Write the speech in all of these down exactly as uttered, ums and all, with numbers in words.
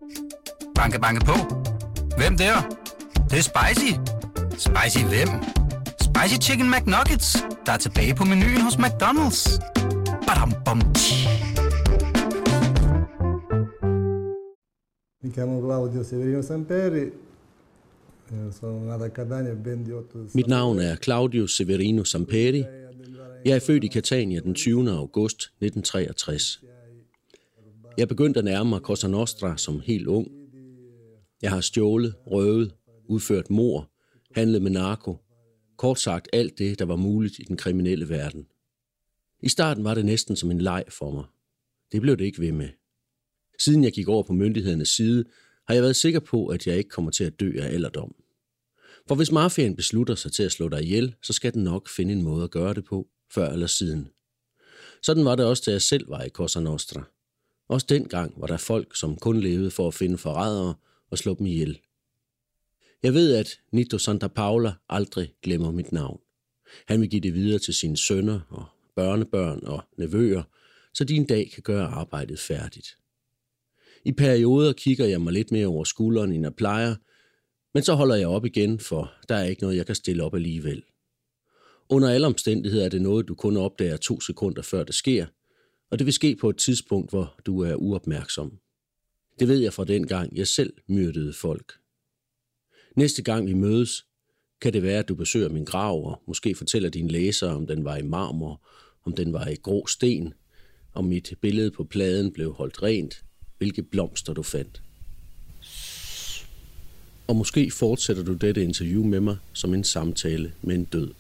Banke, banke på. Hvem der? Det, det er spicy. Spicy hvem? Spicy Chicken McNuggets, der er tilbage på menuen hos McDonald's. Badum, bom, Mi chiamo Claudio Severino Samperi. Sono nato a Catania ben otto. Mit navn er Claudio Severino Samperi. Jeg er født i Catania den tyvende august nitten treogtres. Jeg begyndte at nærme mig Cosa Nostra som helt ung. Jeg har stjålet, røvet, udført mord, handlet med narko. Kort sagt alt det, der var muligt i den kriminelle verden. I starten var det næsten som en leg for mig. Det blev det ikke ved med. Siden jeg gik over på myndighedernes side, har jeg været sikker på, at jeg ikke kommer til at dø af alderdom. For hvis mafiaen beslutter sig til at slå dig ihjel, så skal den nok finde en måde at gøre det på, før eller siden. Sådan var det også, da jeg selv var i Cosa Nostra. Også dengang var der folk, som kun levede for at finde forrædere og slå dem ihjel. Jeg ved, at Nito Santa Paula aldrig glemmer mit navn. Han vil give det videre til sine sønner og børnebørn og nevøer, så de en dag kan gøre arbejdet færdigt. I perioder kigger jeg mig lidt mere over skulderen, end jeg plejer, men så holder jeg op igen, for der er ikke noget, jeg kan stille op alligevel. Under alle omstændigheder er det noget, du kun opdager to sekunder før det sker, og det vil ske på et tidspunkt, hvor du er uopmærksom. Det ved jeg fra den gang, jeg selv myrdede folk. Næste gang vi mødes, kan det være, at du besøger min grav, og måske fortæller dine læsere, om den var i marmor, om den var i grå sten, om mit billede på pladen blev holdt rent, hvilke blomster du fandt. Og måske fortsætter du dette interview med mig som en samtale med en død.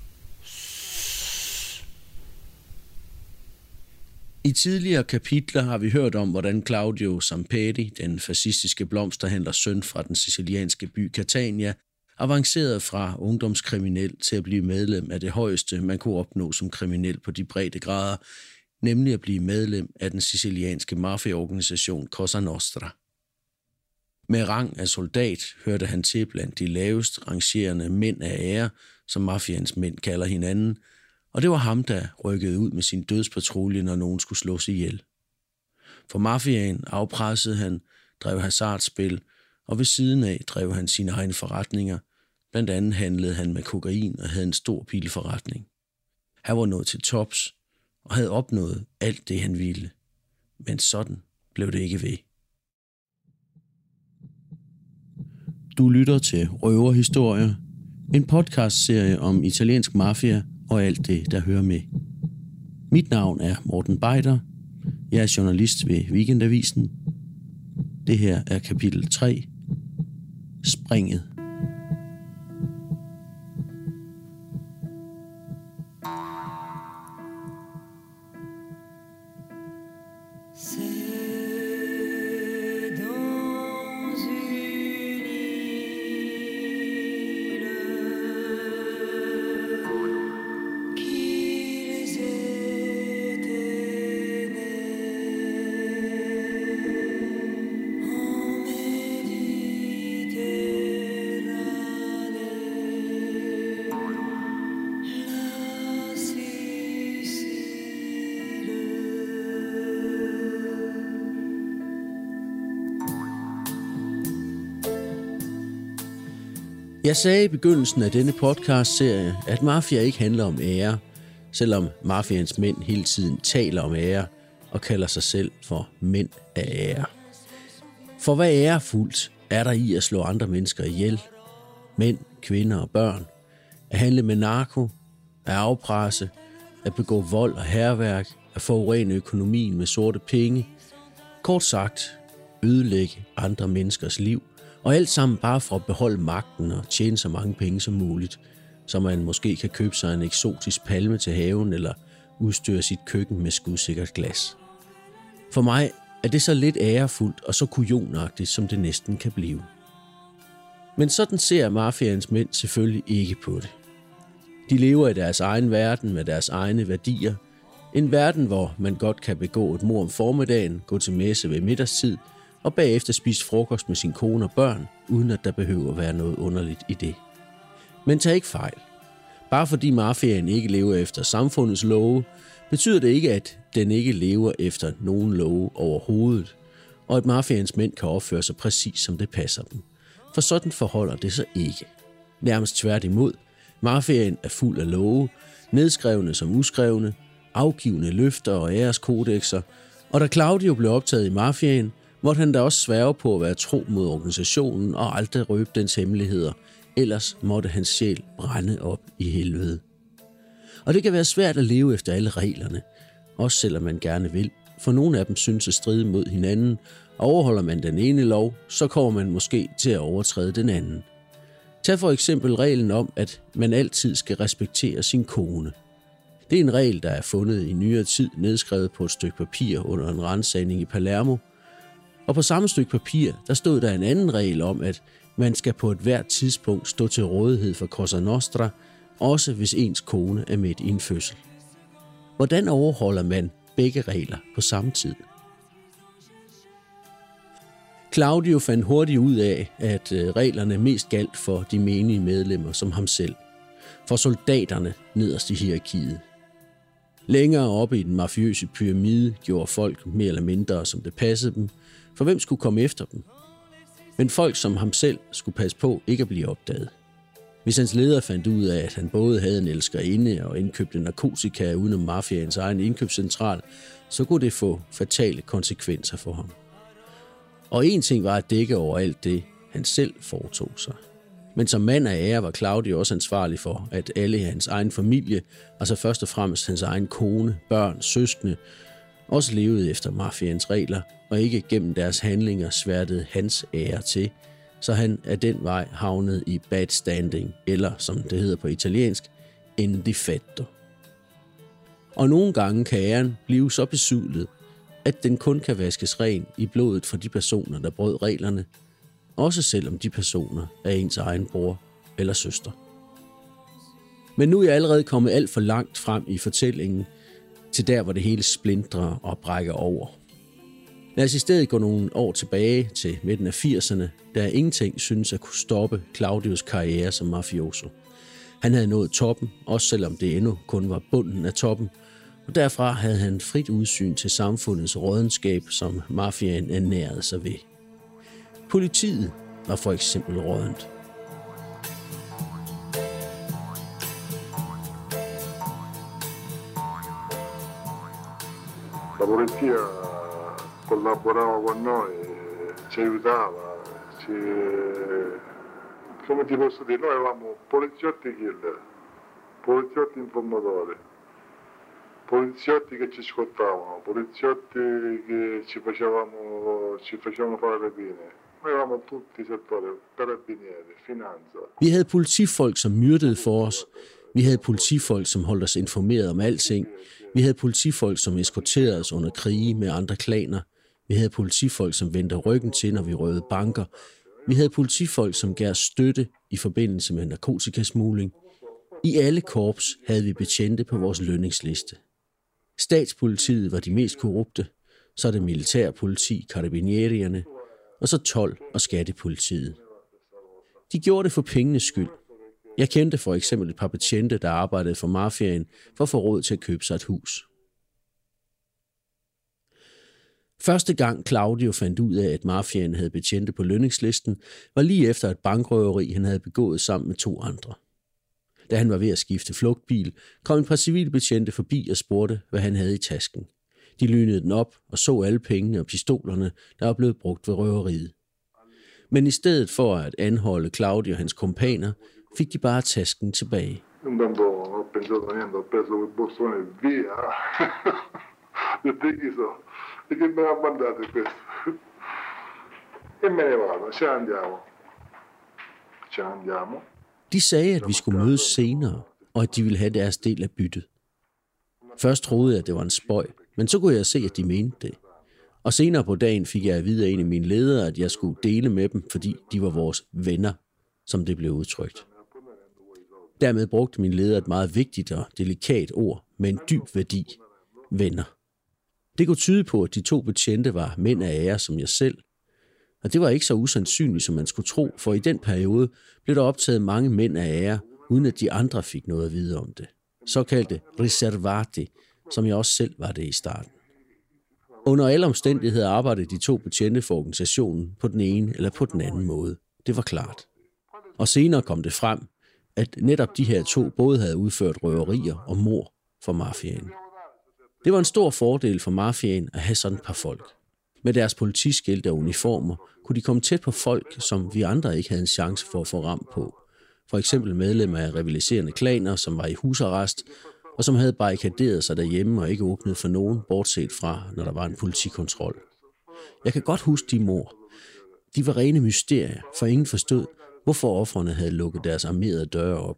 I tidligere kapitler har vi hørt om, hvordan Claudio Samperi, den fascistiske blomsterhandlers søn fra den sicilianske by Catania, avancerede fra ungdomskriminel til at blive medlem af det højeste, man kunne opnå som kriminel på de brede grader, nemlig at blive medlem af den sicilianske mafiaorganisation Cosa Nostra. Med rang af soldat hørte han til blandt de lavest rangerende mænd af ære, som mafians mænd kalder hinanden, og det var ham, der rykkede ud med sin dødspatrulje, når nogen skulle slås ihjel. For mafiaen afpressede han, drev hasardspil, og ved siden af drev han sine egne forretninger. Blandt andet handlede han med kokain og havde en stor bilforretning. Han var nået til tops og havde opnået alt det, han ville. Men sådan blev det ikke ved. Du lytter til Røverhistorier, en podcastserie om italiensk mafia og alt det, der hører med. Mit navn er Morten Beider. Jeg er journalist ved Weekendavisen. Det her er kapitel tre. Springet. Jeg sagde i begyndelsen af denne podcastserie, at mafia ikke handler om ære, selvom mafians mænd hele tiden taler om ære og kalder sig selv for mænd af ære. For hvad ærefuldt er der i at slå andre mennesker ihjel? Mænd, kvinder og børn. At handle med narko, at afpresse, at begå vold og hærværk, at forurene økonomien med sorte penge. Kort sagt, ødelægge andre menneskers liv. Og alt sammen bare for at beholde magten og tjene så mange penge som muligt, så man måske kan købe sig en eksotisk palme til haven eller udstyre sit køkken med skudsikkert glas. For mig er det så lidt ærefuldt og så kujonagtigt, som det næsten kan blive. Men sådan ser mafiaens mænd selvfølgelig ikke på det. De lever i deres egen verden med deres egne værdier. En verden, hvor man godt kan begå et mord om formiddagen, gå til messe ved middagstid, og bagefter spise frokost med sin kone og børn, uden at der behøver at være noget underligt i det. Men tag ikke fejl. Bare fordi mafiaen ikke lever efter samfundets love, betyder det ikke, at den ikke lever efter nogen love overhovedet. og at mafiaens mænd kan opføre sig præcis som det passer dem. For sådan forholder det sig ikke. Nærmest tværtimod. Mafiaen er fuld af love, nedskrevne som uskrevne, afgivende løfter og æreskodekser, og da Claudio blev optaget i mafiaen, måtte han da også sværge på at være tro mod organisationen og aldrig røbe dens hemmeligheder, ellers måtte hans sjæl brænde op i helvede. Og det kan være svært at leve efter alle reglerne, også selvom man gerne vil, for nogle af dem synes at stride mod hinanden, og overholder man den ene lov, så kommer man måske til at overtræde den anden. Tag for eksempel reglen om, at man altid skal respektere sin kone. Det er en regel, der er fundet i nyere tid nedskrevet på et stykke papir under en ransagning i Palermo. Og på samme stykke papir, der stod der en anden regel om, at man skal på et hvert tidspunkt stå til rådighed for Cosa Nostra, også hvis ens kone er midt i en fødsel. Hvordan overholder man begge regler på samme tid? Claudio fandt hurtigt ud af, at reglerne mest galt for de menige medlemmer som ham selv. For soldaterne nederst i hierarkiet. Længere oppe i den mafiøse pyramide gjorde folk mere eller mindre, som det passede dem, for hvem skulle komme efter dem? Men folk som ham selv skulle passe på ikke at blive opdaget. Hvis hans leder fandt ud af, at han både havde en elskerinde og indkøbte narkotika uden om mafiaens egen indkøbscentral, så kunne det få fatale konsekvenser for ham. Og en ting var at dække over alt det, han selv foretog sig. Men som mand af ære var Claudio også ansvarlig for, at alle i hans egen familie, altså først og fremmest hans egen kone, børn, søskende, også levede efter mafiaens regler, og ikke gennem deres handlinger sværtede hans ære til, så han af den vej havnede i bad standing, eller som det hedder på italiensk, in difetto. Og nogle gange kan æren blive så besudlet, at den kun kan vaskes ren i blodet for de personer, der brød reglerne, også selvom de personer er ens egen bror eller søster. Men nu er jeg allerede kommet alt for langt frem i fortællingen, til der, hvor det hele splintrer og brækker over. Lad os i stedet gå nogle år tilbage til midten af firserne, der ingenting synes at kunne stoppe Claudios karriere som mafioso. Han havde nået toppen, også selvom det endnu kun var bunden af toppen, og derfra havde han frit udsyn til samfundets rådenskab, som mafiaen ernærede sig ved. Politiet var for eksempel rådent. La polizia collaborava con noi, ci aiutava, ci... come ti posso dire, noi eravamo poliziotti killer, poliziotti informatori, poliziotti che ci ascoltavano, poliziotti che ci facevano, ci facevano fare le pene. Noi eravamo tutti i settori, carabinieri, finanza. Vi havde politifolk, som myrdede for os. Vi havde politifolk, som holdt os informeret om alting. Vi havde politifolk, som eskorterede os under krige med andre klaner. Vi havde politifolk, som vendte ryggen til, når vi røvede banker. Vi havde politifolk, som gav støtte i forbindelse med narkotikasmugling. I alle korps havde vi betjente på vores lønningsliste. Statspolitiet var de mest korrupte, så er det militærpoliti, karabinierierne, og så told og skattepolitiet. De gjorde det for pengenes skyld. Jeg kendte for eksempel et par betjente, der arbejdede for mafiaen, for at få råd til at købe sig et hus. Første gang Claudio fandt ud af, at mafiaen havde betjente på lønningslisten, var lige efter et bankrøveri, han havde begået sammen med to andre. Da han var ved at skifte flugtbil, kom en par civilbetjente forbi og spurgte, hvad han havde i tasken. De lynede den op og så alle pengene og pistolerne, der var blevet brugt ved røveriet. Men i stedet for at anholde Claudio og hans kompaner, fik de bare tasken tilbage. Intanto ho pensato niente, ho preso il borsone via. Io te chiedo, e che me l'ha mandato questo? E me ne vado, ce ne andiamo. Ce ne andiamo. De sagde, at vi skulle mødes senere, og at de ville have deres del af byttet. Først troede jeg, at det var en spøj, men så kunne jeg se, at de mente det. Og senere på dagen fik jeg at vide af en af mine ledere, at jeg skulle dele med dem, fordi de var vores venner, som det blev udtrykt. Dermed brugte min leder et meget vigtigt og delikat ord med en dyb værdi. Venner. Det kunne tyde på, at de to betjente var mænd af ære som jeg selv. Og det var ikke så usandsynligt, som man skulle tro, for i den periode blev der optaget mange mænd af ære, uden at de andre fik noget at vide om det. Såkaldte riservati, som jeg også selv var det i starten. Under alle omstændigheder arbejdede de to betjente for organisationen på den ene eller på den anden måde. Det var klart. Og senere kom det frem, at netop de her to både havde udført røverier og mord for mafiaen. Det var en stor fordel for mafiaen at have sådan et par folk. Med deres politiskilte og uniformer kunne de komme tæt på folk, som vi andre ikke havde en chance for at få ram på. For eksempel medlemmer af rivaliserende klaner, som var i husarrest, og som havde barrikaderet sig derhjemme og ikke åbnet for nogen, bortset fra, når der var en politikontrol. Jeg kan godt huske de mord. De var rene mysterier, for ingen forstod, hvorfor ofrene havde lukket deres armerede døre op.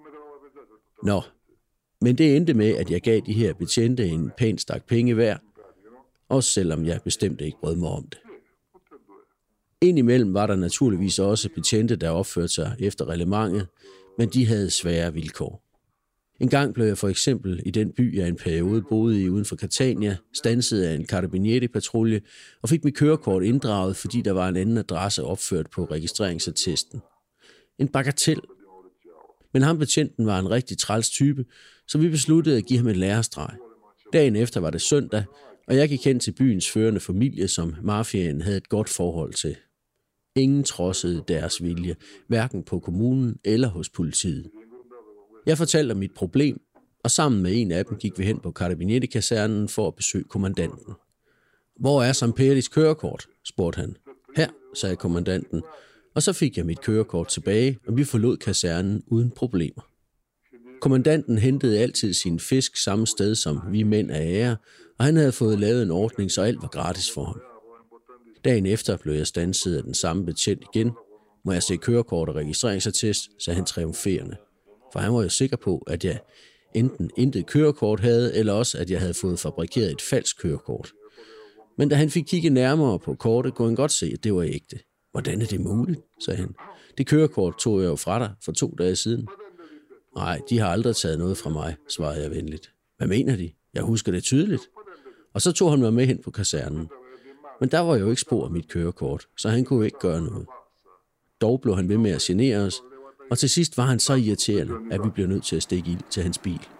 Nå, men det endte med, at jeg gav de her betjente en pæn stak penge hver, også selvom jeg bestemt ikke brød mig om det. Indimellem var der naturligvis også betjente, der opførte sig efter reglementet, men de havde svære vilkår. En gang blev jeg for eksempel i den by, jeg en periode boede i uden for Catania, standset af en Carabinieri-patrulje og fik mit kørekort inddraget, fordi der var en anden adresse opført på registreringsattesten. En bagatel. Men ham betjenten var en rigtig træls type, så vi besluttede at give ham en lærestreg. Dagen efter var det søndag, og jeg gik hen til byens førende familie, som mafiaen havde et godt forhold til. Ingen trodsede deres vilje, hverken på kommunen eller hos politiet. Jeg fortalte om mit problem, og sammen med en af dem gik vi hen på Carabinieri-kasernen for at besøge kommandanten. Hvor er Samperis kørekort? Spurgte han. Her, sagde kommandanten, og så fik jeg mit kørekort tilbage, og vi forlod kasernen uden problemer. Kommandanten hentede altid sin fisk samme sted som vi mænd af ære, og han havde fået lavet en ordning, så alt var gratis for ham. Dagen efter blev jeg standset af den samme betjent igen. Må jeg se kørekort og registreringsattest, sagde han triumferende. For han var jo sikker på, at jeg enten intet kørekort havde, eller også, at jeg havde fået fabrikeret et falsk kørekort. Men da han fik kigget nærmere på kortet, kunne han godt se, at det var ægte. Hvordan er det muligt, sagde han. Det kørekort tog jeg jo fra dig for to dage siden. Nej, de har aldrig taget noget fra mig, svarede jeg venligt. Hvad mener de? Jeg husker det tydeligt. Og så tog han mig med hen på kasernen. Men der var jo ikke spor af mit kørekort, så han kunne ikke gøre noget. Dog blev han ved med at genere os, og til sidst var han så irriterende, at vi blev nødt til at stikke ild til hans bil.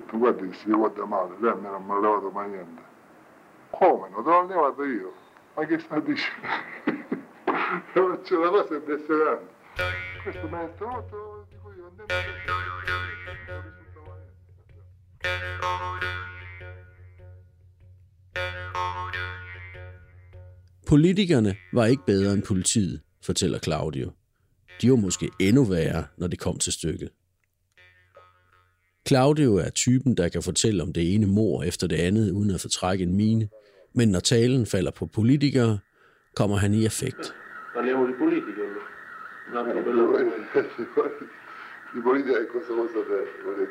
Politikerne var ikke bedre end politiet, fortæller Claudio. De var måske endnu værre, når det kom til stykket. Claudio er typen, der kan fortælle om det ene mord efter det andet, uden at fortrække en mine. Men når talen falder på politikere, kommer han i affekt. Parliamo di politica. Di politica è cosa cosa te,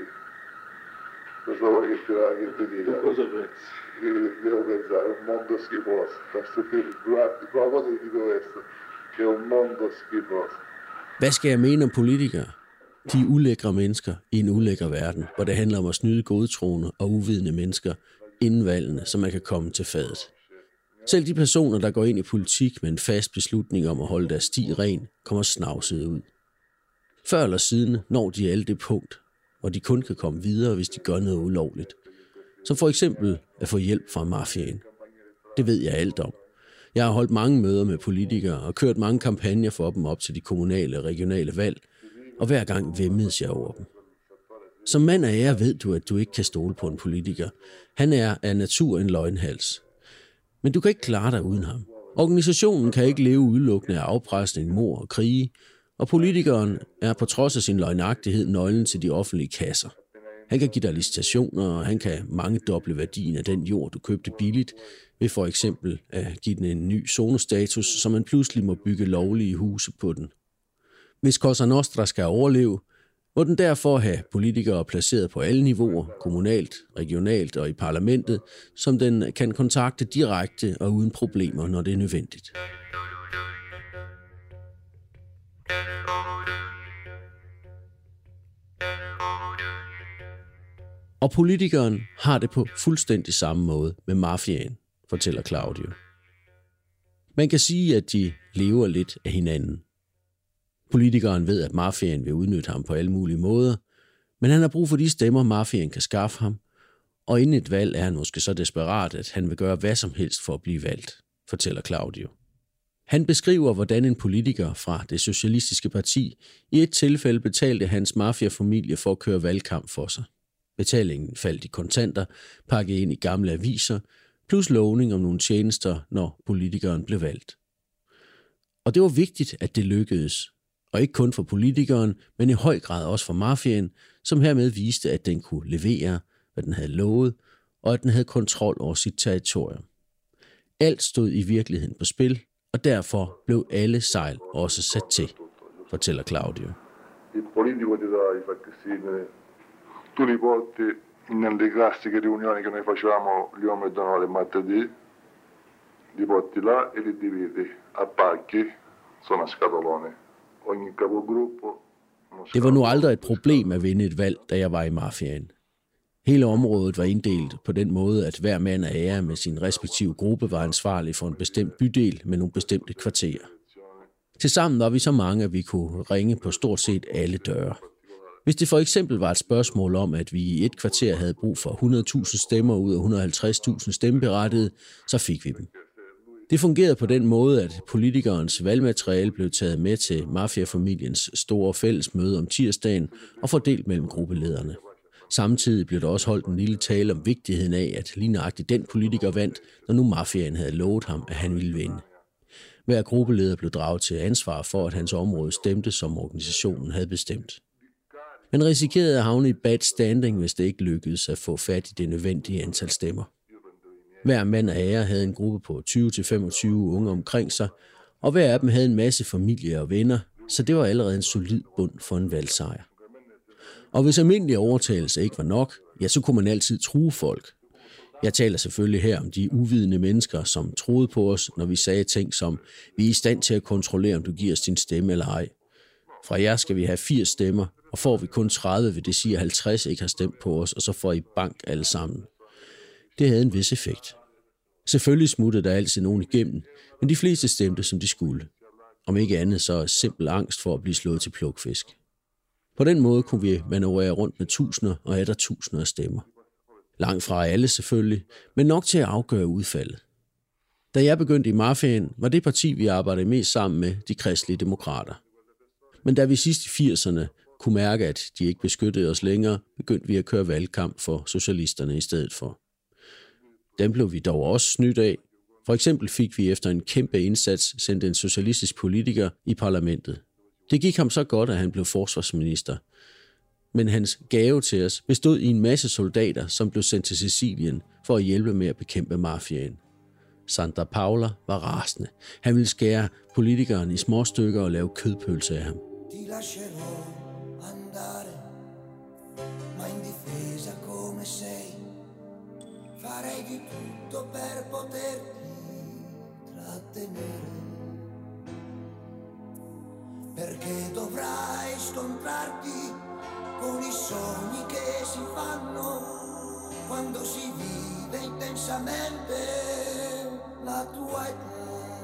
cosa vuoi che ti che ti dica? Cosa pensi? Devo pensare, un mondo schifoso. Guardi, la cosa che dico questo, che è un mondo schifoso. Hvad skal jeg mene om politikere? De er ulækre mennesker i en ulækker verden, hvor det handler om at snyde godtroende og uvidende mennesker inden valgene, så man kan komme til fadet. Selv de personer, der går ind i politik med en fast beslutning om at holde deres sti ren, kommer snavset ud. Før eller siden når de alle det punkt, hvor de kun kan komme videre, hvis de gør noget ulovligt. Som for eksempel at få hjælp fra mafiaen. Det ved jeg alt om. Jeg har holdt mange møder med politikere og kørt mange kampagner for dem op til de kommunale og regionale valg, og hver gang væmmedes jeg over dem. Som mand af ære ved du, at du ikke kan stole på en politiker. Han er af natur en løgnhals. Men du kan ikke klare dig uden ham. Organisationen kan ikke leve udelukkende af afpresning, mord og krige, og politikeren er på trods af sin løgnagtighed nøglen til de offentlige kasser. Han kan give dig licitationer, og han kan mangedoble værdien af den jord, du købte billigt, ved for eksempel at give den en ny zonestatus, så man pludselig må bygge lovlige huse på den. Hvis Cosa Nostra skal overleve, må den derfor have politikere placeret på alle niveauer, kommunalt, regionalt og i parlamentet, som den kan kontakte direkte og uden problemer, når det er nødvendigt. Og politikeren har det på fuldstændig samme måde med mafiaen, fortæller Claudio. Man kan sige, at de lever lidt af hinanden. Politikeren ved, at mafiaen vil udnytte ham på alle mulige måder, men han har brug for de stemmer, mafiaen kan skaffe ham, og inden et valg er han måske så desperat, at han vil gøre hvad som helst for at blive valgt, fortæller Claudio. Han beskriver, hvordan en politiker fra det socialistiske parti i et tilfælde betalte hans mafiafamilie for at køre valgkamp for sig. Betalingen faldt i kontanter, pakket ind i gamle aviser, plus lovning om nogle tjenester, når politikeren blev valgt. Og det var vigtigt, at det lykkedes. Og ikke kun for politikeren, men i høj grad også for mafiaen, som hermed viste, at den kunne levere, hvad den havde lovet, og at den havde kontrol over sit territorium. Alt stod i virkeligheden på spil, og derfor blev alle sejl også sat til, fortæller Claudio. Il politico ti dà i facchini, tu li porti nelle classiche riunioni che noi facevamo Lione e Donore martedì, li porti là e li dividi a pacchi, sono a scatolone. Ogni capogruppo. Det var nu aldrig et problem at vinde et valg, da jeg var i mafiaen. Hele området var inddelt på den måde, at hver mand af ære med sin respektive gruppe var ansvarlig for en bestemt bydel med nogle bestemte kvarterer. Tilsammen var vi så mange, at vi kunne ringe på stort set alle døre. Hvis det for eksempel var et spørgsmål om, at vi i et kvarter havde brug for hundrede tusind stemmer ud af et hundrede og halvtreds tusind stemmeberettigede, så fik vi dem. Det fungerede på den måde, at politikernes valgmateriale blev taget med til mafiafamiliens store fællesmøde om tirsdagen og fordelt mellem gruppelederne. Samtidig blev der også holdt en lille tale om vigtigheden af, at lige nøjagtigt den politiker vandt, når nu mafiaen havde lovet ham, at han ville vinde. Hver gruppeleder blev draget til ansvar for, at hans område stemte, som organisationen havde bestemt. Man risikerede at havne i bad standing, hvis det ikke lykkedes at få fat i det nødvendige antal stemmer. Hver mand af ære havde en gruppe på tyve til femogtyve unge omkring sig, og hver af dem havde en masse familie og venner, så det var allerede en solid bund for en valgsejr. Og hvis almindelig overtagelse ikke var nok, ja, så kunne man altid true folk. Jeg taler selvfølgelig her om de uvidende mennesker, som troede på os, når vi sagde ting som, vi er i stand til at kontrollere, om du giver os din stemme eller ej. Fra jer skal vi have firs stemmer, og får vi kun tredive, vil det sige, at halvtreds ikke har stemt på os, og så får I bank alle sammen. Det havde en vis effekt. Selvfølgelig smuttede der altid nogen igennem, men de fleste stemte, som de skulle. Om ikke andet, så simpel angst for at blive slået til plukfisk. På den måde kunne vi manøvrere rundt med tusinder og atter tusinder af stemmer. Langt fra alle selvfølgelig, men nok til at afgøre udfaldet. Da jeg begyndte i mafiaen, var det parti, vi arbejdede mest sammen med, de kristelige demokrater. Men da vi sidst i firserne kunne mærke, at de ikke beskyttede os længere, begyndte vi at køre valgkamp for socialisterne i stedet for. Dem blev vi dog også snydt af. For eksempel fik vi efter en kæmpe indsats sendt en socialistisk politiker i parlamentet. Det gik ham så godt, at han blev forsvarsminister. Men hans gave til os bestod i en masse soldater, som blev sendt til Sicilien for at hjælpe med at bekæmpe mafiaen. Santa Paula var rasende. Han ville skære politikeren i små stykker og lave kødpølse af ham. Farei di tutto per poterti trattenere, perché dovrai scontrarti con i sogni che si fanno quando si vive intensamente la tua età.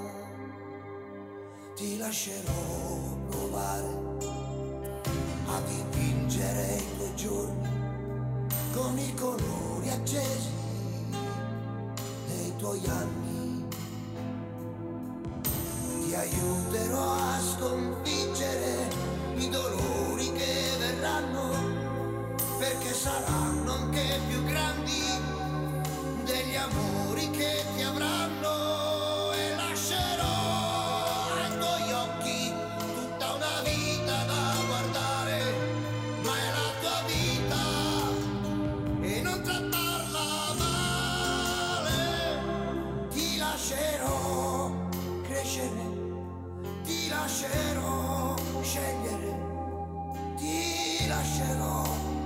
Ti lascerò provare a dipingere i tuoi giorni con i colori accesi dei tuoi anni. Ti aiuterò a sconfiggere i dolori che verranno, perché saranno anche più grandi degli amori che ti avranno. E lascerò ai tuoi occhi tutta una vita da guardare, ma è la tua vita e non trattarla male. Ti lascerò crescere, ti lascerò scegliere, ti lascerò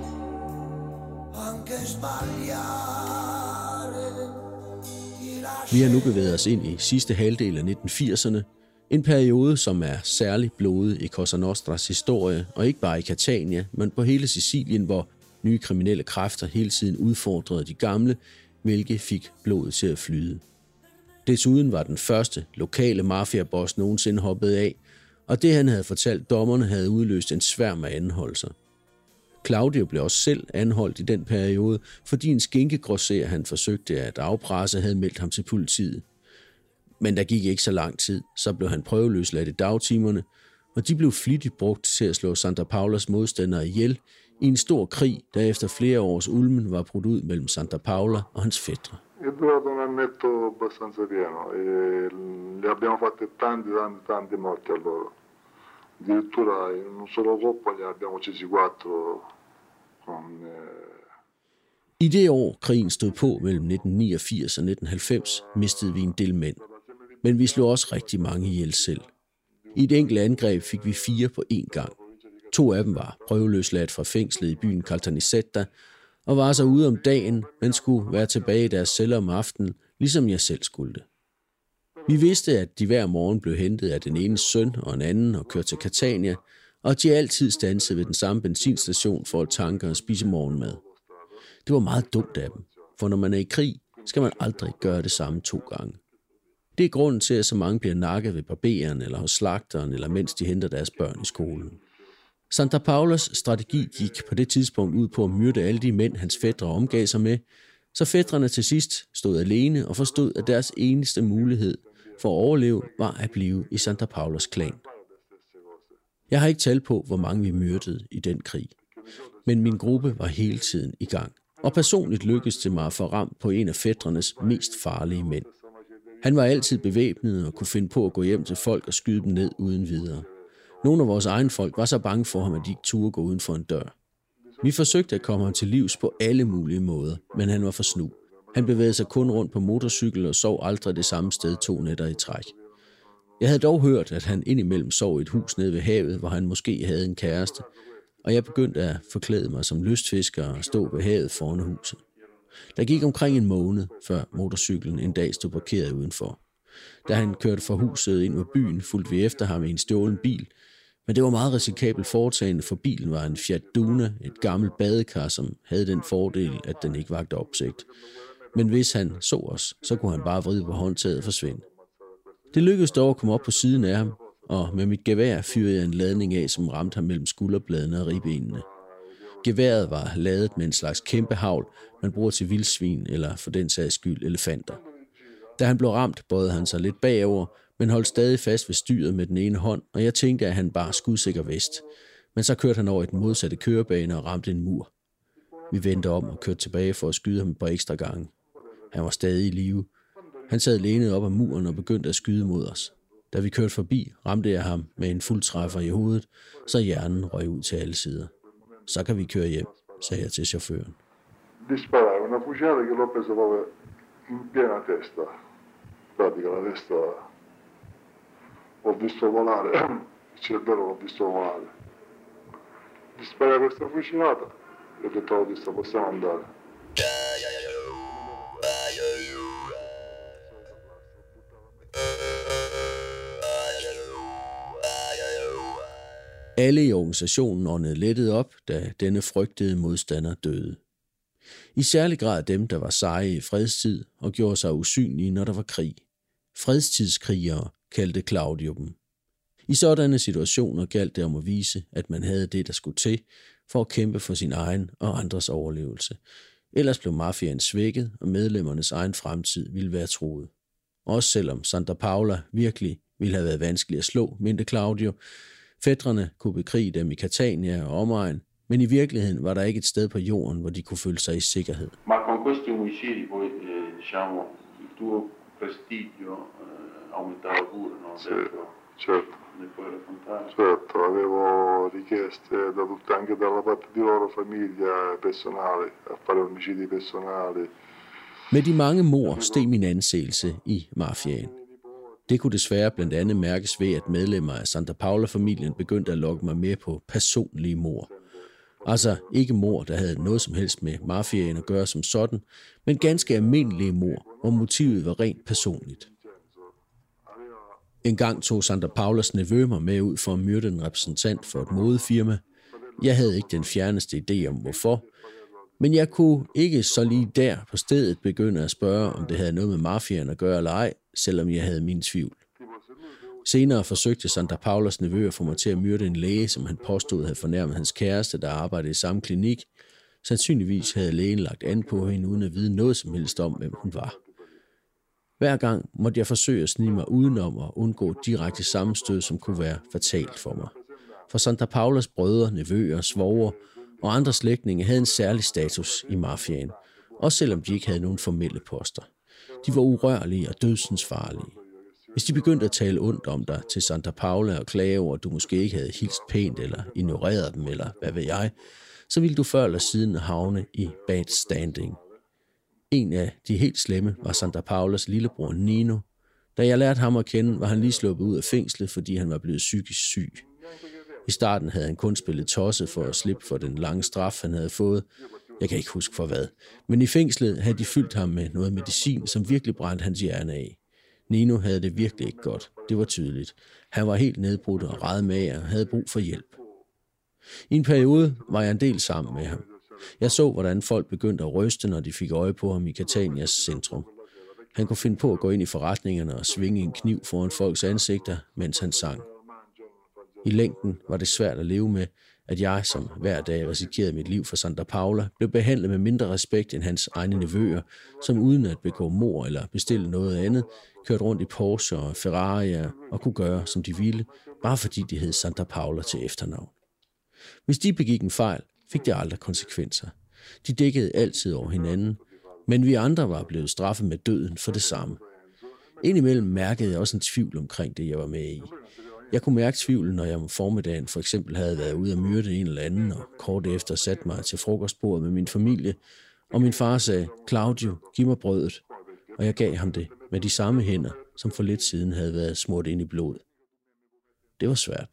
anche sbagliare. Vi har nu bevæget os ind i sidste halvdel af nitten firserne, en periode, som er særligt blodig i Cosa Nostras historie, og ikke bare i Catania, men på hele Sicilien, hvor nye kriminelle kræfter hele tiden udfordrede de gamle, hvilket fik blodet til at flyde. Desuden var den første lokale mafiaboss nogensinde hoppet af, og det han havde fortalt dommerne havde udløst en sværm af anholdelser. Claudio blev også selv anholdt i den periode, fordi en skinkegrosser, han forsøgte at afpresse, havde meldt ham til politiet. Men der gik ikke så lang tid, så blev han prøveløsladt i dagtimerne, og de blev flittigt brugt til at slå Santa Paulas modstandere ihjel i en stor krig, der efter flere års ulmen var brudt ud mellem Santa Paula og hans fætre. È durato un annetto abbastanza pieno e le abbiamo fatte tanti, tanti, tanti morti a loro. Addirittura in un solo colpo ne abbiamo uccisi quattro con... I det år, krigen stod på mellem nitten niogfirs og nitten halvfems, mistede vi en del mænd. Men vi slog også rigtig mange ihjel selv. I et enkelt angreb fik vi fire på én gang. To af dem var prøveløsladt fra fængslet i byen Caltanissetta, og var så ude om dagen, men skulle være tilbage i deres celler om aftenen, ligesom jeg selv skulle det. Vi vidste, at de hver morgen blev hentet af den ene søn og en anden og kørt til Catania, og at de altid standsede ved den samme benzinstation for at tanke og spise morgenmad. Det var meget dumt af dem, for når man er i krig, skal man aldrig gøre det samme to gange. Det er grunden til, at så mange bliver nakket ved barberen eller hos slagteren, eller mens de henter deres børn i skolen. Santa Paulas strategi gik på det tidspunkt ud på at myrde alle de mænd, hans fætre omgav sig med, så fætrene til sidst stod alene og forstod, at deres eneste mulighed for at overleve var at blive i Santa Paulas klan. Jeg har ikke tal på, hvor mange vi myrdede i den krig, men min gruppe var hele tiden i gang, og personligt lykkedes det mig at få ram på en af fætrenes mest farlige mænd. Han var altid bevæbnet og kunne finde på at gå hjem til folk og skyde dem ned uden videre. Nogle af vores egne folk var så bange for ham, at de ikke turde gå uden for en dør. Vi forsøgte at komme ham til livs på alle mulige måder, men han var for snu. Han bevægede sig kun rundt på motorcykel og sov aldrig det samme sted to nætter i træk. Jeg havde dog hørt, at han indimellem sov i et hus nede ved havet, hvor han måske havde en kæreste, og jeg begyndte at forklæde mig som lystfisker og stå ved havet foran huset. Der gik omkring en måned, før motorcyklen en dag stod parkeret udenfor. Da han kørte fra huset ind mod byen, fulgte vi efter ham i en stjålen bil, men det var meget risikabelt foretagende, for bilen var en Fiat Duna, et gammelt badekar, som havde den fordel, at den ikke vagte opsigt. Men hvis han så os, så kunne han bare vride på håndtaget og forsvinde. Det lykkedes dog at komme op på siden af ham, og med mit gevær fyrede jeg en ladning af, som ramte ham mellem skulderbladene og ribbenene. Geværet var ladet med en slags kæmpe hagl, man bruger til vildsvin eller for den sags skyld elefanter. Da han blev ramt, bøjede han sig lidt bagover, men holdt stadig fast ved styret med den ene hånd, og jeg tænkte, at han bare skudsikker vest. Men så kørte han over i den modsatte kørebane og ramte en mur. Vi vendte om og kørte tilbage for at skyde ham et par ekstra gange. Han var stadig i live. Han sad lænet op ad muren og begyndte at skyde mod os. Da vi kørte forbi, ramte jeg ham med en fuldtræffer i hovedet, så hjernen røg ud til alle sider. Så kan vi køre hjem, sagde jeg til chaufføren. Gli sparai una fucilata che l'ho preso proprio in piena testa. Pratica la testa l'ho visto volare, il cervello l'ho visto volare. Gli sparai questa fucilata e ho detto, ho visto, possiamo andare. Alle i organisationen åndede lettet op, da denne frygtede modstander døde. I særlig grad dem, der var seje i fredstid og gjorde sig usynlige, når der var krig. Fredstidskrigere kaldte Claudio dem. I sådanne situationer galt det om at vise, at man havde det, der skulle til, for at kæmpe for sin egen og andres overlevelse. Ellers blev mafiaen svækket, og medlemmernes egen fremtid ville være truet. Også selvom Santa Paula virkelig ville have været vanskelig at slå, mente Claudio. Fætrene kunne bekrige dem i Catania og omegn, men i virkeligheden var der ikke et sted på jorden, hvor de kunne føle sig i sikkerhed. Ma con questi omicidi poi eh, diciamo il tuo prestigio eh, aumentava pure, no? Sì, certo. Certo, avevo richieste da tutte, anche dalla parte di loro famiglia personale, a fare omicidi personali. Med de mange mord steg min anseelse i mafiaen. Det kunne desværre blandt andet mærkes ved, at medlemmer af Santa Paula-familien begyndte at lokke mig mere på personlige mord. Altså ikke mord, der havde noget som helst med mafiaen at gøre som sådan, men ganske almindelige mord, hvor motivet var rent personligt. En gang tog Santa Paulas nevø mig med ud for at myrde en repræsentant for et modefirma. Jeg havde ikke den fjerneste idé om hvorfor, men jeg kunne ikke så lige der på stedet begynde at spørge, om det havde noget med mafiaen at gøre eller ej, selvom jeg havde min tvivl. Senere forsøgte Santa Paulas nevø at få mig til at myrde en læge, som han påstod havde fornærmet hans kæreste, der arbejdede i samme klinik. Sandsynligvis havde lægen lagt an på hende, uden at vide noget som helst om, hvem hun var. Hver gang måtte jeg forsøge at snige mig udenom og undgå direkte sammenstød, som kunne være fatalt for mig. For Santa Paulas brødre, nevøer, svoger og andre slægtninge havde en særlig status i mafiaen, også selvom de ikke havde nogen formelle poster. De var urørlige og dødsensfarlige. Hvis de begyndte at tale ondt om dig til Santa Paula og klage over, at du måske ikke havde hilst pænt eller ignoreret dem, eller hvad ved jeg, så ville du før eller siden havne i bad standing. En af de helt slemme var Santa Paulas lillebror Nino. Da jeg lærte ham at kende, var han lige sluppet ud af fængslet, fordi han var blevet psykisk syg. I starten havde han kun spillet tosse for at slippe for den lange straf, han havde fået. Jeg kan ikke huske for hvad. Men i fængslet havde de fyldt ham med noget medicin, som virkelig brændte hans hjerne af. Nino havde det virkelig ikke godt. Det var tydeligt. Han var helt nedbrudt og rædemager og havde brug for hjælp. I en periode var jeg en del sammen med ham. Jeg så, hvordan folk begyndte at ryste, når de fik øje på ham i Catanias centrum. Han kunne finde på at gå ind i forretningerne og svinge en kniv foran folks ansigter, mens han sang. I længden var det svært at leve med, at jeg, som hver dag risikerede mit liv for Santa Paula, blev behandlet med mindre respekt end hans egne nevøer, som uden at begå mord eller bestille noget andet, kørte rundt i Porsche og Ferrari'er og kunne gøre, som de ville, bare fordi de hed Santa Paula til efternavn. Hvis de begik en fejl, fik det aldrig konsekvenser. De dækkede altid over hinanden, men vi andre var blevet straffet med døden for det samme. Indimellem mærkede jeg også en tvivl omkring det, jeg var med i. Jeg kunne mærke tvivlen, når jeg om formiddagen for eksempel havde været ude at myrde en eller anden, og kort efter satte mig til frokostbordet med min familie, og min far sagde, Claudio, giv mig brødet, og jeg gav ham det med de samme hænder, som for lidt siden havde været smurt ind i blod. Det var svært.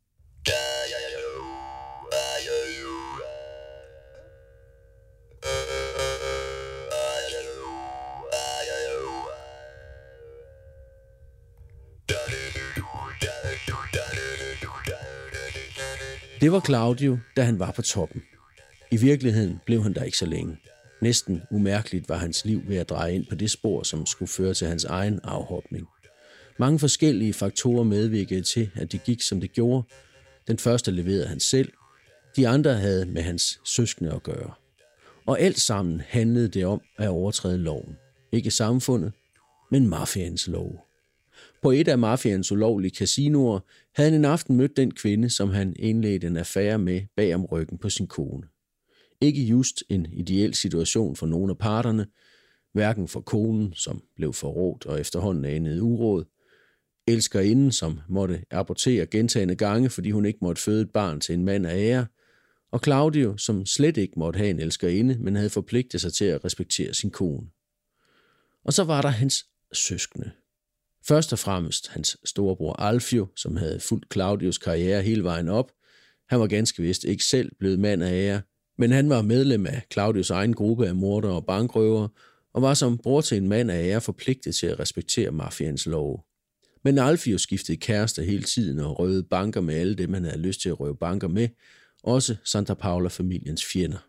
Det var Claudio, da han var på toppen. I virkeligheden blev han der ikke så længe. Næsten umærkeligt var hans liv ved at dreje ind på det spor, som skulle føre til hans egen afhopning. Mange forskellige faktorer medvirkede til, at det gik, som det gjorde. Den første leverede han selv. De andre havde med hans søskende at gøre. Og alt sammen handlede det om at overtræde loven. Ikke samfundet, men mafiaens lov. På et af mafiaens ulovlige casinoer havde han en aften mødt den kvinde, som han indledte en affære med bag om ryggen på sin kone. Ikke just en ideel situation for nogen af parterne, hverken for konen, som blev forrådt og efterhånden anede uråd, elskerinden, som måtte abortere gentagne gange, fordi hun ikke måtte føde et barn til en mand af ære, og Claudio, som slet ikke måtte have en elskerinde, men havde forpligtet sig til at respektere sin kone. Og så var der hans søskende. Først og fremmest hans storebror Alfio, som havde fulgt Claudios karriere hele vejen op. Han var ganske vist ikke selv blevet mand af ære, men han var medlem af Claudios egen gruppe af mordere og bankrøvere, og var som bror til en mand af ære forpligtet til at respektere mafiaens love. Men Alfio skiftede kærester hele tiden og røvede banker med alle dem, han havde lyst til at røve banker med, også Santa Paula-familiens fjender.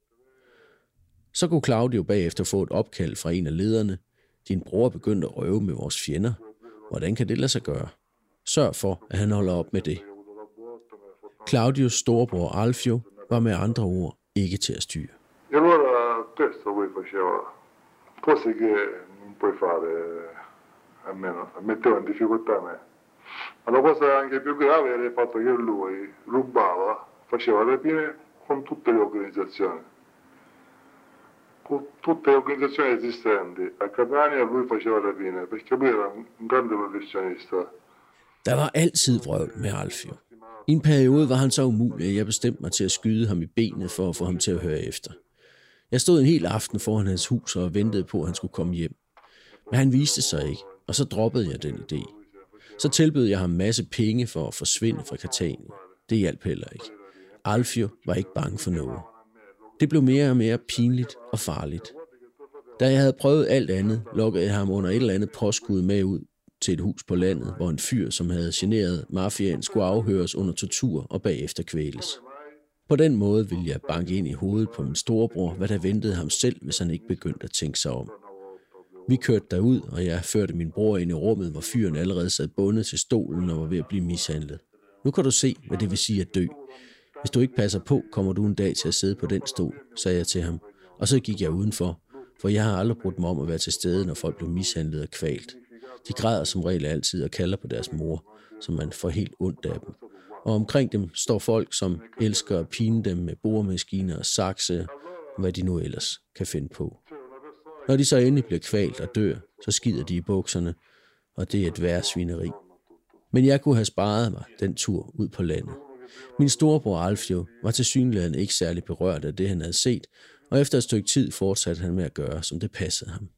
Så kunne Claudio bagefter få et opkald fra en af lederne. Din bror begyndte at røve med vores fjender. Hvordan kan det lade sig gøre? Sørg for, at han holder op med det. Claudios storebror Alfio var med andre ord ikke til at styre. E allora questo poi faceva cose che non puoi fare, almeno metteva in difficoltà me. Ma la cosa anche più grave era il fatto che lui rubava, faceva rapine con tutte le organizzazioni. Con tutte le organizzazioni esistenti a Catania lui faceva rapine, perché lui era un grande professionista. Der var altid vrøvl med Alfio. I en periode var han så umulig, at jeg bestemte mig til at skyde ham i benet for at få ham til at høre efter. Jeg stod en hel aften foran hans hus og ventede på, at han skulle komme hjem. Men han viste sig ikke, og så droppede jeg den idé. Så tilbød jeg ham en masse penge for at forsvinde fra Catania. Det hjalp heller ikke. Alfio var ikke bange for noget. Det blev mere og mere pinligt og farligt. Da jeg havde prøvet alt andet, lokkede jeg ham under et eller andet påskud med ud til et hus på landet, hvor en fyr, som havde generet mafiaen, skulle afhøres under tortur og bagefter kvæles. På den måde ville jeg banke ind i hovedet på min storebror, hvad der ventede ham selv, hvis han ikke begyndte at tænke sig om. Vi kørte derud, og jeg førte min bror ind i rummet, hvor fyren allerede sad bundet til stolen og var ved at blive mishandlet. Nu kan du se, hvad det vil sige at dø. Hvis du ikke passer på, kommer du en dag til at sidde på den stol, sagde jeg til ham. Og så gik jeg udenfor, for jeg har aldrig brudt mig om at være til stede, når folk blev mishandlet og kvalt. De græder som regel altid og kalder på deres mor, så man får helt ondt af dem. Og omkring dem står folk, som elsker at pine dem med boremaskiner og sakse, og hvad de nu ellers kan finde på. Når de så endelig bliver kvalt og dør, så skider de i bukserne, og det er et værre svineri. Men jeg kunne have sparet mig den tur ud på landet. Min storebror Alfio var tilsyneladende ikke særlig berørt af det, han havde set, og efter et stykke tid fortsatte han med at gøre, som det passede ham.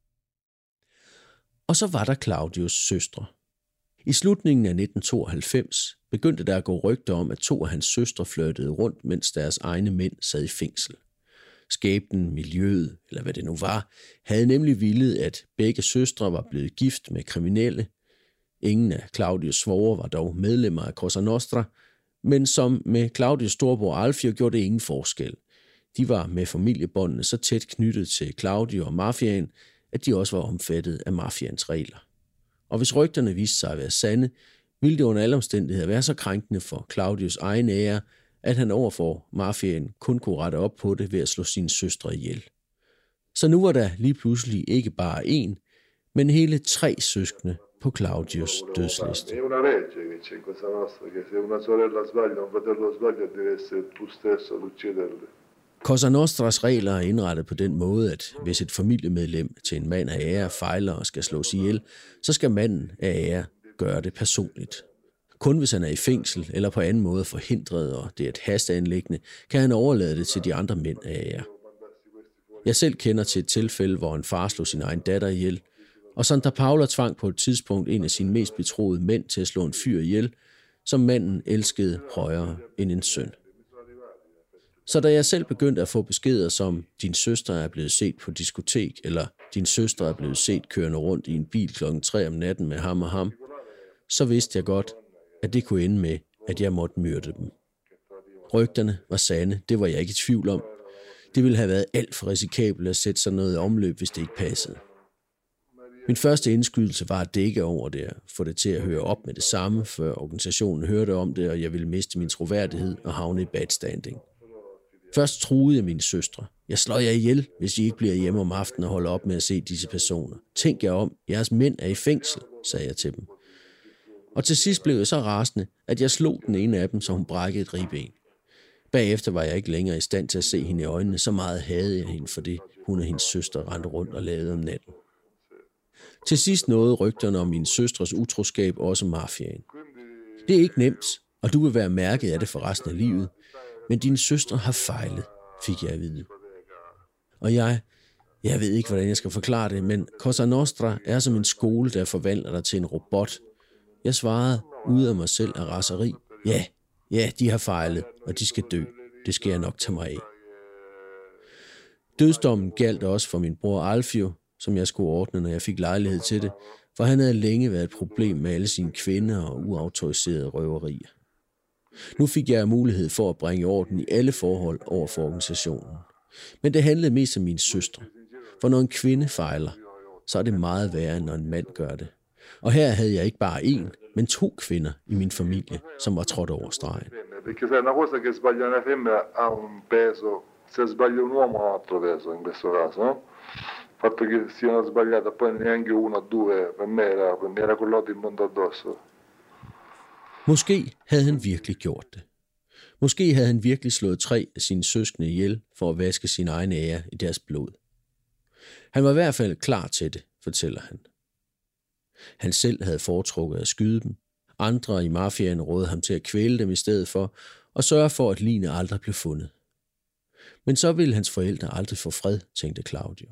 Og så var der Claudios søstre. I slutningen af nitten tooghalvfems begyndte der at gå rygter om, at to af hans søstre flirtede rundt, mens deres egne mænd sad i fængsel. Skæbnen, miljøet, eller hvad det nu var, havde nemlig villet, at begge søstre var blevet gift med kriminelle. Ingen af Claudios svoger var dog medlemmer af Cosa Nostra, men som med Claudios storebror Alfio gjorde det ingen forskel. De var med familiebåndene så tæt knyttet til Claudio og mafiaen, at de også var omfattet af mafians regler. Og hvis rygterne viste sig at være sande, ville det under alle omstændigheder være så krænkende for Claudios egen ære, at han overfor mafiaen kun kunne rette op på det ved at slå sine søstre ihjel. Så nu var der lige pludselig ikke bare én, men hele tre søskende på Claudios dødsliste. Cosa Nostras regler er indrettet på den måde, at hvis et familiemedlem til en mand af ære fejler og skal slås ihjel, så skal manden af ære gøre det personligt. Kun hvis han er i fængsel eller på anden måde forhindret, og det er et hasteanliggende, kan han overlade det til de andre mænd af ære. Jeg selv kender til et tilfælde, hvor en far slog sin egen datter ihjel, og Santa Paula tvang på et tidspunkt en af sine mest betroede mænd til at slå en fyr ihjel, som manden elskede højere end en søn. Så da jeg selv begyndte at få beskeder som, din søster er blevet set på diskotek, eller din søster er blevet set kørende rundt i en bil klokken tre om natten med ham og ham, så vidste jeg godt, at det kunne ende med, at jeg måtte myrde dem. Rygterne var sande, det var jeg ikke i tvivl om. Det ville have været alt for risikabelt at sætte sig noget i omløb, hvis det ikke passede. Min første indskydelse var at dække over det og få det til at høre op med det samme, før organisationen hørte om det, og jeg ville miste min troværdighed og havne i bad standing. Først truede jeg mine søstre. Jeg slår jer ihjel, hvis I ikke bliver hjemme om aftenen og holder op med at se disse personer. Tænk jer om, jeres mænd er i fængsel, sagde jeg til dem. Og til sidst blev jeg så rasende, at jeg slog den ene af dem, så hun brækkede et ribben. Bagefter var jeg ikke længere i stand til at se hende i øjnene, så meget havde jeg hende for det, hun og hendes søster rendte rundt og lavede om natten. Til sidst nåede rygterne om min søstres utroskab også mafiaen. Det er ikke nemt, og du vil være mærket af det for resten af livet, men din søstre har fejlet, fik jeg at vide. Og jeg, jeg ved ikke, hvordan jeg skal forklare det, men Cosa Nostra er som en skole, der forvandler dig til en robot. Jeg svarede ud af mig selv af raseri. Ja, ja, de har fejlet, og de skal dø. Det skal jeg nok tage mig af. Dødsdommen galt også for min bror Alfio, som jeg skulle ordne, når jeg fik lejlighed til det, for han havde længe været et problem med alle sine kvinder og uautoriserede røverier. Nu fik jeg mulighed for at bringe orden i alle forhold over for organisationen. Men det handlede mest om mine søstre. For når en kvinde fejler, så er det meget værre, end når en mand gør det. Og her havde jeg ikke bare én, men to kvinder i min familie, som var trådt over stregen. Perché se una cosa che sbaglia una femmina ha un peso, se sbaglia un uomo ha un altro peso in questo caso, no? Il fatto che siano sbagliata poi neanche uno o due, per me era, per me era colloto il mondo addosso. Måske havde han virkelig gjort det. Måske havde han virkelig slået tre af sine søskende ihjel for at vaske sin egen ære i deres blod. Han var i hvert fald klar til det, fortæller han. Han selv havde foretrukket at skyde dem. Andre i mafiaen rådede ham til at kvæle dem i stedet for og sørge for, at ligene aldrig blev fundet. Men så ville hans forældre aldrig få fred, tænkte Claudio.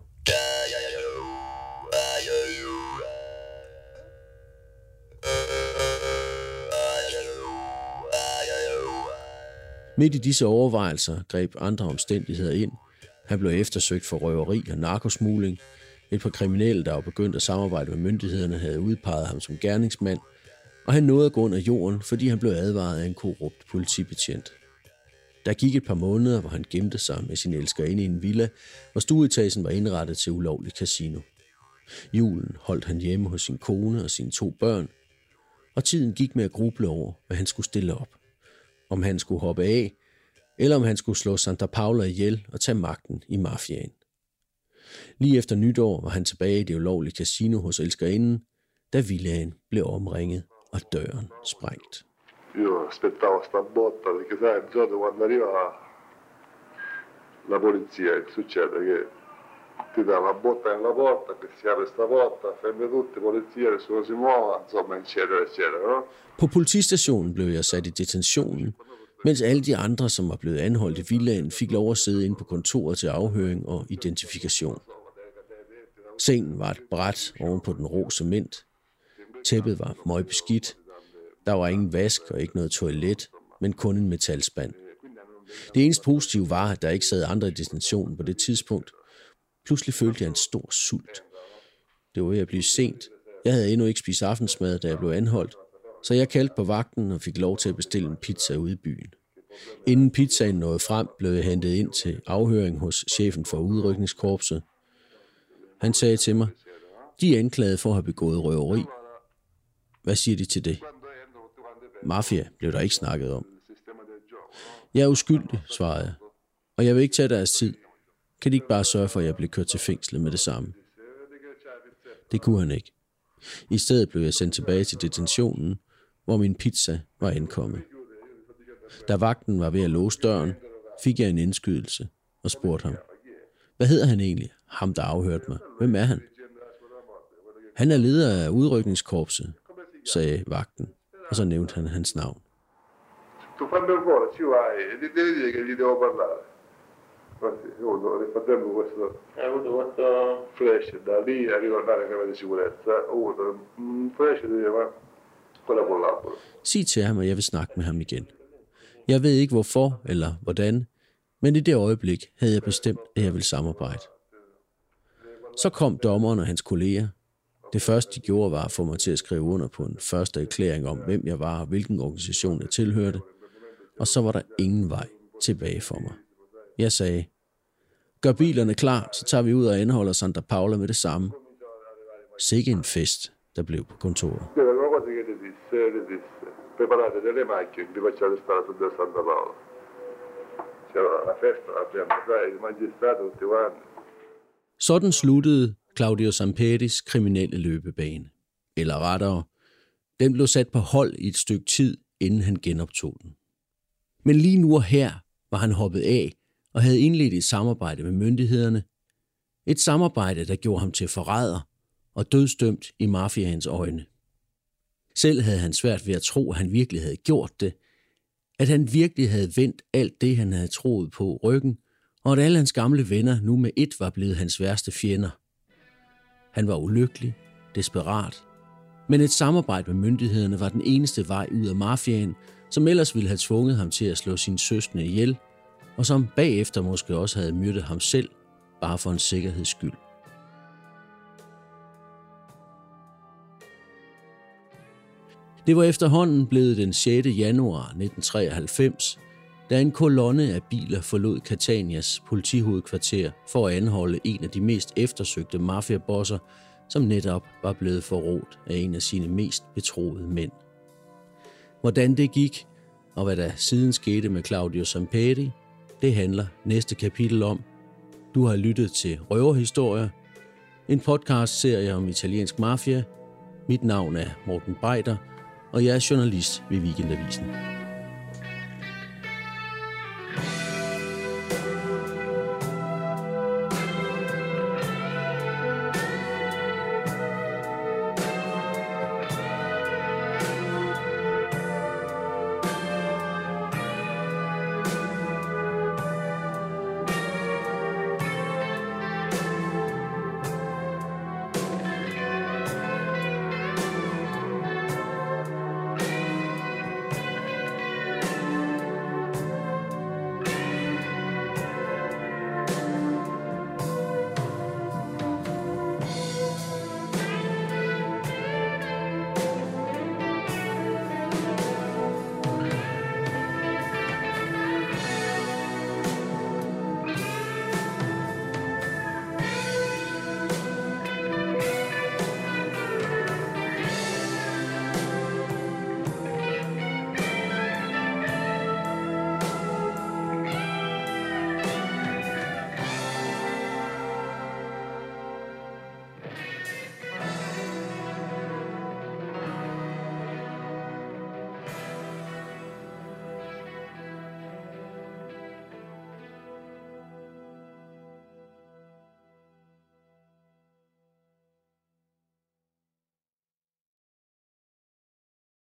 Midt i disse overvejelser greb andre omstændigheder ind. Han blev eftersøgt for røveri og narkosmugling. Et par kriminelle, der var begyndt at samarbejde med myndighederne, havde udpeget ham som gerningsmand, og han nåede at gå under jorden, fordi han blev advaret af en korrupt politibetjent. Der gik et par måneder, hvor han gemte sig med sin elskerinde i en villa, hvor stueetagen var indrettet til ulovlig casino. Julen holdt han hjemme hos sin kone og sine to børn, og tiden gik med at gruble over, hvad han skulle stille op. Om han skulle hoppe af, eller om han skulle slå Santa Paula ihjel og tage magten i mafiaen. Lige efter nytår var han tilbage i det ulovlige casino hos elskerinden, da villaen blev omringet og døren sprængt. Io aspettavo sta botta perché sai, il giorno quando arriva la polizia, che succede che ti dà la botta nella porta, che si apre sta porta, fermi tutti, polizia, nessuno si muova, insomma, eccetera, eccetera, no? På politistationen blev jeg sat i detentionen, mens alle de andre, som var blevet anholdt i villaen, fik lov at sidde inde på kontoret til afhøring og identifikation. Sengen var et bræt oven på den rå cement. Tæppet var møgbeskidt. Der var ingen vask og ikke noget toilet, men kun en metalspand. Det eneste positive var, at der ikke sad andre i detentionen på det tidspunkt. Pludselig følte jeg en stor sult. Det var ved at blive sent. Jeg havde endnu ikke spist aftensmad, da jeg blev anholdt, så jeg kaldte på vagten og fik lov til at bestille en pizza ude i byen. Inden pizzaen nåede frem, blev jeg hentet ind til afhøring hos chefen for udrykningskorpset. Han sagde til mig, de er anklaget for at have begået røveri. Hvad siger de til det? Mafia blev der ikke snakket om. Jeg er uskyldig, svarede jeg, og jeg vil ikke tage deres tid. Kan de ikke bare sørge for, at jeg bliver kørt til fængslet med det samme? Det kunne han ikke. I stedet blev jeg sendt tilbage til detentionen, hvor min pizza var ankommet. Da vagten var ved at låse døren, fik jeg en indskydelse og spurgte ham. Hvad hedder han egentlig? Ham, der afhørte mig. Hvem er han? Han er leder af udrykningskorpset, sagde vagten, og så nævnte han hans navn. Tu fammi un cuore, ci vai, e ti devi dire che gli devo parlare. Uno, ricordiamo questo, questo flash da lì a ricordare che di sicurezza, uno, un flash deve quella collabora. Sig til ham, at jeg vil snakke med ham igen. Jeg ved ikke hvorfor eller hvordan, men i det øjeblik havde jeg bestemt, at jeg ville samarbejde. Så kom dommeren og hans kolleger. Det første, de gjorde, var at få mig til at skrive under på en første erklæring om, hvem jeg var og hvilken organisation jeg tilhørte. Og så var der ingen vej tilbage for mig. Jeg sagde, gør bilerne klar, så tager vi ud og anholder Santa Paula med det samme. Sikke en fest, der blev på kontoret. Sådan sluttede Claudio Samperis kriminelle løbebane. Eller rettere, den blev sat på hold i et stykke tid, inden han genoptog den. Men lige nu og her var han hoppet af og havde indledt et samarbejde med myndighederne. Et samarbejde, der gjorde ham til forræder og dødsdømt i mafiaens øjne. Selv havde han svært ved at tro, at han virkelig havde gjort det. At han virkelig havde vendt alt det, han havde troet på ryggen, og at alle hans gamle venner nu med ét var blevet hans værste fjender. Han var ulykkelig, desperat, men et samarbejde med myndighederne var den eneste vej ud af mafiaen, som ellers ville have tvunget ham til at slå sine søskende ihjel, og som bagefter måske også havde myrdet ham selv, bare for en sikkerheds skyld. Det var efterhånden blevet den sjette januar nitten treoghalvfems, da en kolonne af biler forlod Catanias politihovedkvarter for at anholde en af de mest eftersøgte mafiabosser, som netop var blevet forrådt af en af sine mest betroede mænd. Hvordan det gik, og hvad der siden skete med Claudio Samperi, det handler næste kapitel om. Du har lyttet til Røverhistorier, en podcast-serie om italiensk mafia. Mit navn er Morten Breider, og jeg er journalist ved Weekendavisen.